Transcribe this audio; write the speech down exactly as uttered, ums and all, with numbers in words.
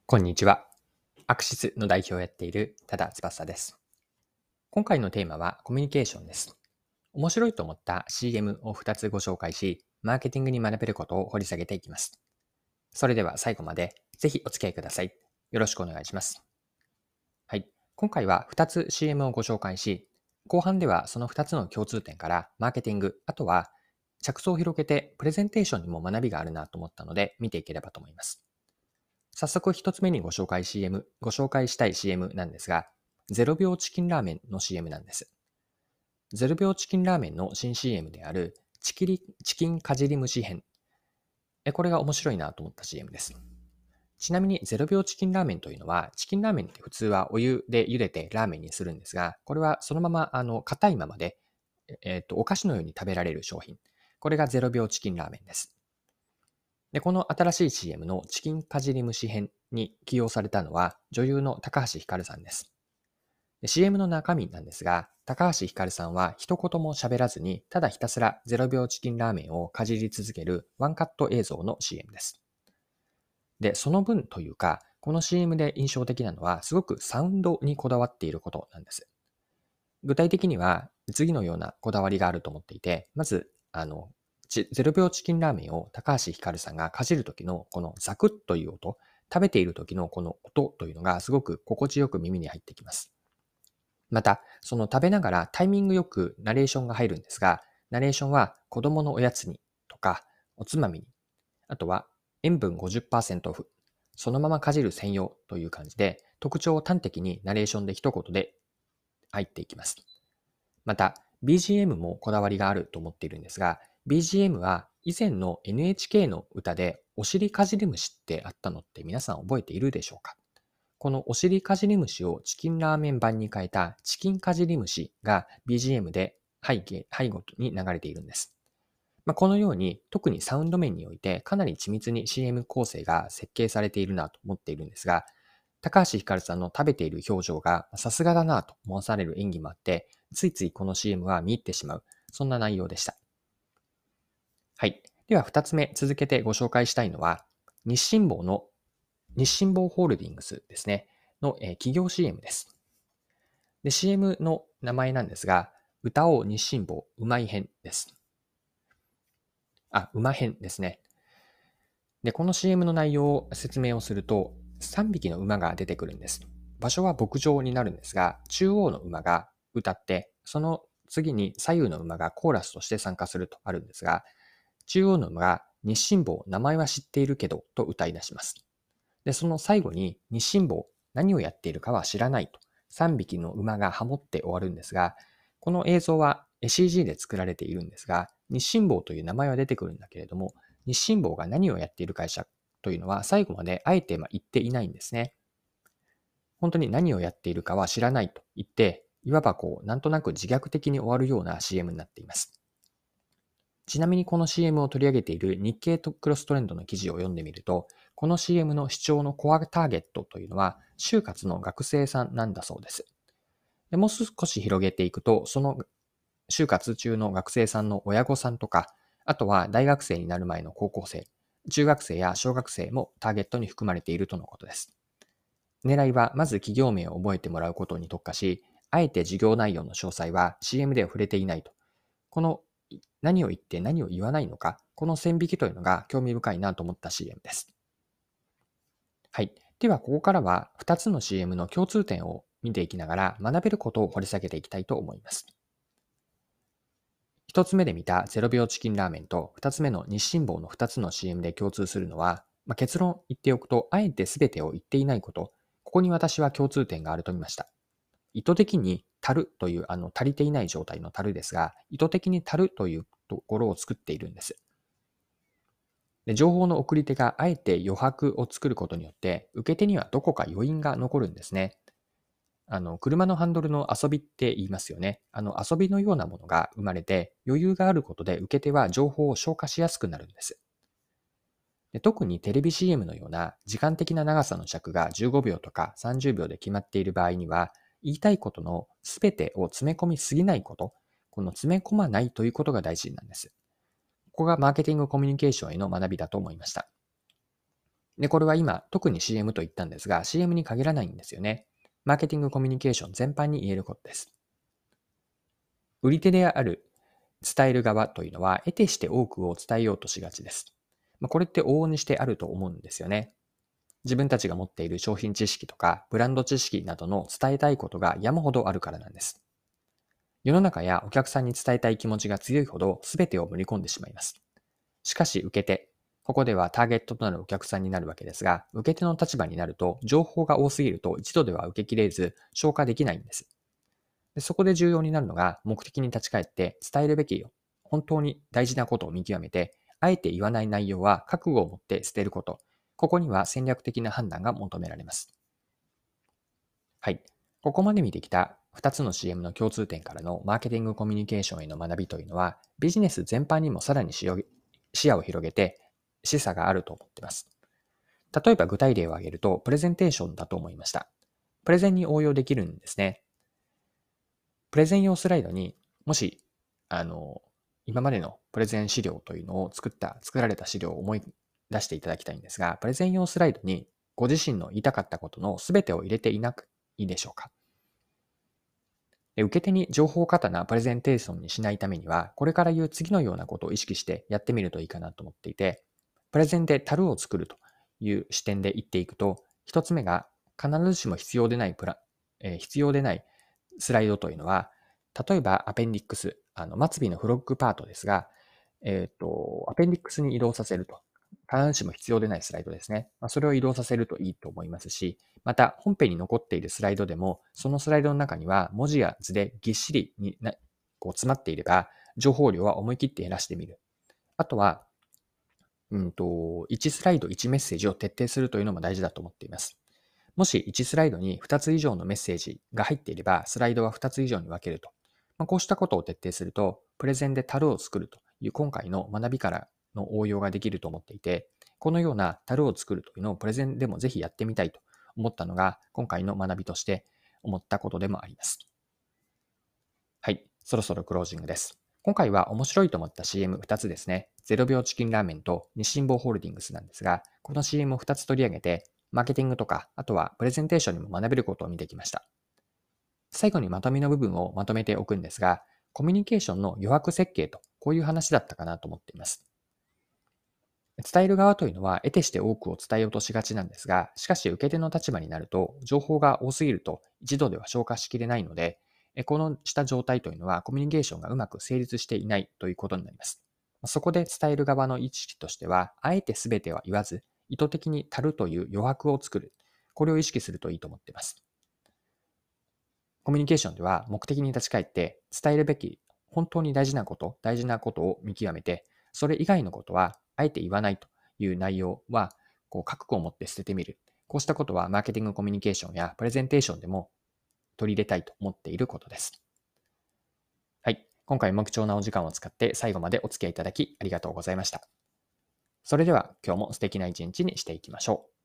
こんにちは。アクシスの代表をやっている多田翼です。今回のテーマはコミュニケーションです。面白いと思った シーエム をふたつご紹介し、マーケティングに学べることを掘り下げていきます。それでは最後までぜひお付き合いください。よろしくお願いします。はい。今回はふたつ シーエム をご紹介し、後半ではそのふたつの共通点からマーケティング、あとは着想を広げてプレゼンテーションにも学びがあるなと思ったので見ていければと思います。早速一つ目にご紹介 シーエム、ご紹介したい シーエム なんですが、ゼロびょうチキンラーメンの シーエム なんです。ゼロびょうチキンラーメンの新 シーエム であるチキリチキンかじり虫編。これが面白いなと思った シーエム です。ちなみにゼロびょうチキンラーメンというのは、チキンラーメンって普通はお湯で茹でてラーメンにするんですが、これはそのままあの硬いままで、えっと、お菓子のように食べられる商品。これがゼロびょうチキンラーメンです。で、この新しい シーエム のチキンかじり虫編に起用されたのは女優の高橋ひかるさんです。で シーエム の中身なんですが、高橋ひかるさんは一言も喋らずに、ただひたすらゼロびょうチキンラーメンをかじり続けるワンカット映像の シーエム です。で、その分というか、この シーエム で印象的なのは、すごくサウンドにこだわっていることなんです。具体的には、次のようなこだわりがあると思っていて、まず、あの、ゼロびょうチキンラーメンを高橋ひかるさんがかじる時のこのザクッという音、食べている時のこの音というのがすごく心地よく耳に入ってきます。また、その食べながらタイミングよくナレーションが入るんですが、ナレーションは子供のおやつにとか、おつまみに、あとは塩分ごじゅっパーセントオフ、そのままかじる専用という感じで、特徴を端的にナレーションで一言で入っていきます。また、ビージーエム もこだわりがあると思っているんですが、ビージーエム は以前の エヌエイチケー の歌でお尻かじり虫ってあったのって皆さん覚えているでしょうか？このお尻かじり虫をチキンラーメン版に変えたチキンかじり虫が ビージーエム で背景、背後に流れているんです。まあ、このように特にサウンド面においてかなり緻密に シーエム 構成が設計されているなと思っているんですが、高橋ひかるさんの食べている表情がさすがだなと思わされる演技もあって、ついついこの シーエム は見入ってしまう、そんな内容でした。はい。では二つ目、続けてご紹介したいのは、日清坊の、日清坊ホールディングスですね、の、えー企業 シーエム です。で、シーエム の名前なんですが、歌おう日清坊うまい編です。あ、うま編ですね。で、この シーエム の内容を説明をすると、さんびきの馬が出てくるんです。場所は牧場になるんですが、中央の馬が歌って、その次に左右の馬がコーラスとして参加するとあるんですが、中央の馬が日清坊、名前は知っているけど、と歌い出します。で、その最後に日清坊、何をやっているかは知らないと、さんびきの馬がハモって終わるんですが、この映像は シージー で作られているんですが、日清坊という名前は出てくるんだけれども、日清坊が何をやっている会社というのは最後まであえて言っていないんですね。本当に何をやっているかは知らないと言って、いわばこう、なんとなく自虐的に終わるような シーエム になっています。ちなみにこの シーエム を取り上げている日経クロストレンドの記事を読んでみると、この シーエム の視聴のコアターゲットというのは、就活の学生さんなんだそうです。でもう少し広げていくと、その就活中の学生さんの親御さんとか、あとは大学生になる前の高校生、中学生や小学生もターゲットに含まれているとのことです。狙いはまず企業名を覚えてもらうことに特化し、あえて授業内容の詳細は シーエム では触れていないと。この何を言って何を言わないのか、この線引きというのが興味深いなと思った シーエム です。はい。では、ここからはふたつの シーエム の共通点を見ていきながら学べることを掘り下げていきたいと思います。ひとつめで見たゼロびょうチキンラーメンとふたつめの日清坊のふたつの シーエム で共通するのは、まあ、結論言っておくと、あえて全てを言っていないこと、ここに私は共通点があると見ました。意図的に足るというあの足りていない状態の足るですが、意図的に足るというところを作っているんです。で情報の送り手があえて余白を作ることによって、受け手にはどこか余韻が残るんですね。あの、車のハンドルの遊びって言いますよね。あの、遊びのようなものが生まれて、余裕があることで受け手は情報を消化しやすくなるんです。で特にテレビ シーエム のような時間的な長さの尺がじゅうごびょうとかさんじゅうびょうで決まっている場合には、言いたいことのすべてを詰め込みすぎないこと、この詰め込まないということが大事なんです。ここがマーケティングコミュニケーションへの学びだと思いました。 で、これは今、特に シーエム と言ったんですが、シーエム に限らないんですよね。マーケティングコミュニケーション全般に言えることです。売り手である伝える側というのは、得てして多くを伝えようとしがちです。まあ、これって往々にしてあると思うんですよね。自分たちが持っている商品知識とか、ブランド知識などの伝えたいことが山ほどあるからなんです。世の中やお客さんに伝えたい気持ちが強いほど全てを盛り込んでしまいます。しかし受け手、ここではターゲットとなるお客さんになるわけですが、受け手の立場になると情報が多すぎると一度では受けきれず消化できないんです。でそこで重要になるのが目的に立ち返って伝えるべき本当に大事なことを見極めて、あえて言わない内容は覚悟を持って捨てること。ここには戦略的な判断が求められます。はい。ここまで見てきたふたつの シーエム の共通点からのマーケティングコミュニケーションへの学びというのは、ビジネス全般にもさらに視野を広げて示唆があると思っています。例えば具体例を挙げると、プレゼンテーションだと思いました。プレゼンに応用できるんですね。プレゼン用スライドにもし、あの、今までのプレゼン資料というのを作った、作られた資料を思い出していただきたいんですが、プレゼン用スライドにご自身の言いたかったことの全てを入れていなくいいでしょうか。で受け手に情報過多なプレゼンテーションにしないためには、これから言う次のようなことを意識してやってみるといいかなと思っていて、プレゼンで樽を作るという視点で言っていくと、一つ目が必ずしも必要でないプラ、えー必要でないスライドというのは、例えばアペンディックス、あの末尾のフロッグパートですが、えっと、アペンディックスに移動させると。必ずしも必要でないスライドですね。まあ、それを移動させるといいと思いますし、また本編に残っているスライドでも、そのスライドの中には文字や図でぎっしりになこう詰まっていれば、情報量は思い切って減らしてみる。あとは、うんと、いちスライドいちメッセージを徹底するというのも大事だと思っています。もしいちスライドにふたつ以上のメッセージが入っていれば、スライドはふたつ以上に分けると。まあ、こうしたことを徹底すると、プレゼンで樽を作るという今回の学びからの応用ができると思っていて、このような樽を作るというのをプレゼンでもぜひやってみたいと思ったのが、今回の学びとして思ったことでもあります。はい、そろそろクロージングです。今回は面白いと思った シーエムふた つですね。ゼロびょうチキンラーメンと日清坊ホールディングスなんですが、この シーエムをふたつ取り上げて、マーケティングとか、あとはプレゼンテーションにも学べることを見てきました。最後にまとめの部分をまとめておくんですが、コミュニケーションの余白設計と、こういう話だったかなと思っています。伝える側というのは、得てして多くを伝えようとしがちなんですが、しかし受け手の立場になると、情報が多すぎると一度では消化しきれないので、このした状態というのは、コミュニケーションがうまく成立していないということになります。そこで伝える側の意識としては、あえて全ては言わず、意図的に足るという余白を作る。これを意識するといいと思っています。コミュニケーションでは目的に立ち返って伝えるべき本当に大事なこと、大事なことを見極めて、それ以外のことはあえて言わないという内容は、こう覚悟を持って捨ててみる。こうしたことはマーケティングコミュニケーションやプレゼンテーションでも取り入れたいと思っていることです。はい。今回も貴重なお時間を使って最後までお付き合いいただきありがとうございました。それでは今日も素敵な一日にしていきましょう。